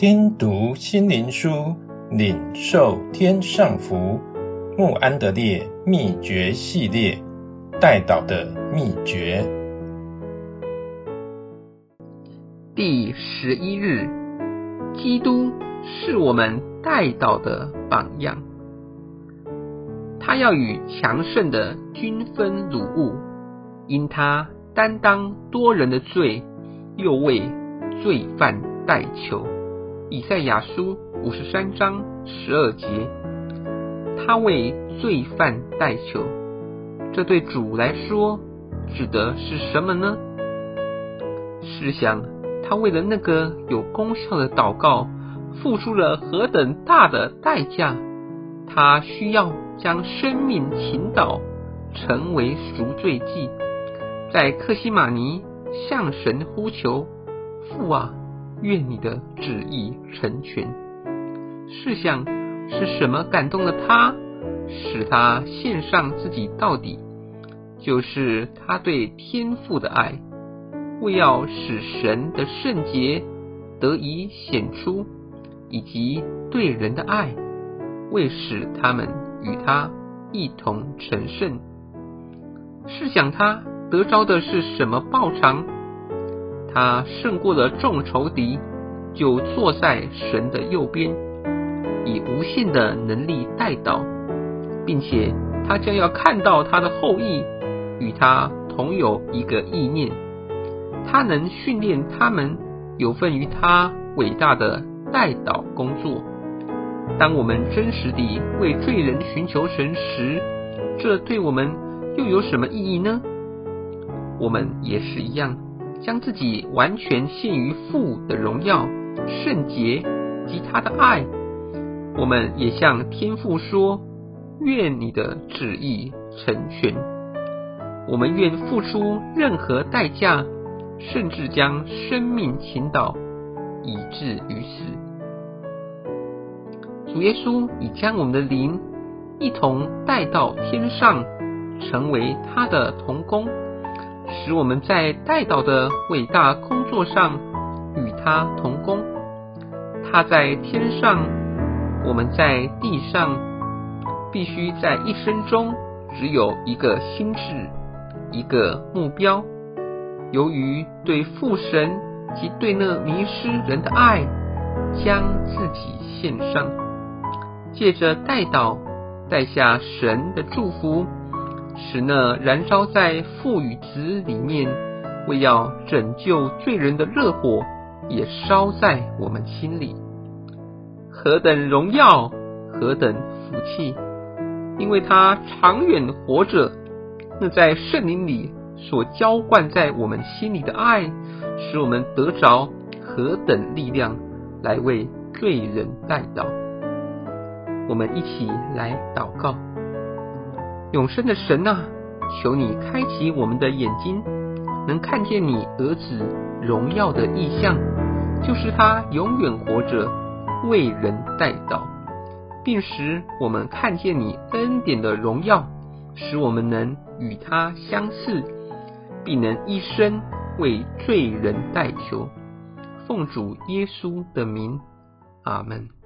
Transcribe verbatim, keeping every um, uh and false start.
听读心灵书，领受天上福。慕安德烈秘诀系列，代祷的秘诀。 第十一日，基督是我们代祷的榜样。他要与强盛的均分掳物，因他担当多人的罪，又为罪犯代求。以赛亚书五十三章十二节，他为罪犯代求，这对主来说指的是什么呢？试想，他为了那个有功效的祷告，付出了何等大的代价。他需要将生命倾倒，成为赎罪祭，在客西马尼向神呼求：父啊，愿你的旨意成全。试想，是什么感动了他，使他献上自己到底？就是他对天父的爱，为要使神的圣洁得以显出，以及对人的爱，为使他们与他一同成圣。试想他得着的是什么报偿？他胜过了众仇敌，就坐在神的右边，以无限的能力代祷，并且他将要看到他的后裔与他同有一个意念。他能训练他们有份于他伟大的代祷工作。当我们真实地为罪人寻求神时，这对我们又有什么意义呢？我们也是一样，将自己完全献于父的荣耀、圣洁及他的爱。我们也向天父说：愿你的旨意成全。我们愿付出任何代价，甚至将生命倾倒，以至于死。主耶稣已将我们的灵一同带到天上，成为他的同工，使我们在代祷的伟大工作上与他同工。他在天上，我们在地上，必须在一生中只有一个心志，一个目标。由于对父神及对那迷失人的爱，将自己献上，借着代祷带下神的祝福，使那燃烧在父与子里面，为要拯救罪人的热火，也烧在我们心里。何等荣耀，何等福气！因为他长远活着，那在圣灵里所浇灌在我们心里的爱，使我们得着何等力量来为罪人代祷。我们一起来祷告。永生的神啊，求你开启我们的眼睛，能看见你儿子荣耀的意象，就是他永远活着，为人代祷，并使我们看见你恩典的荣耀，使我们能与他相似，并能一生为罪人代求。奉主耶稣的名，阿们。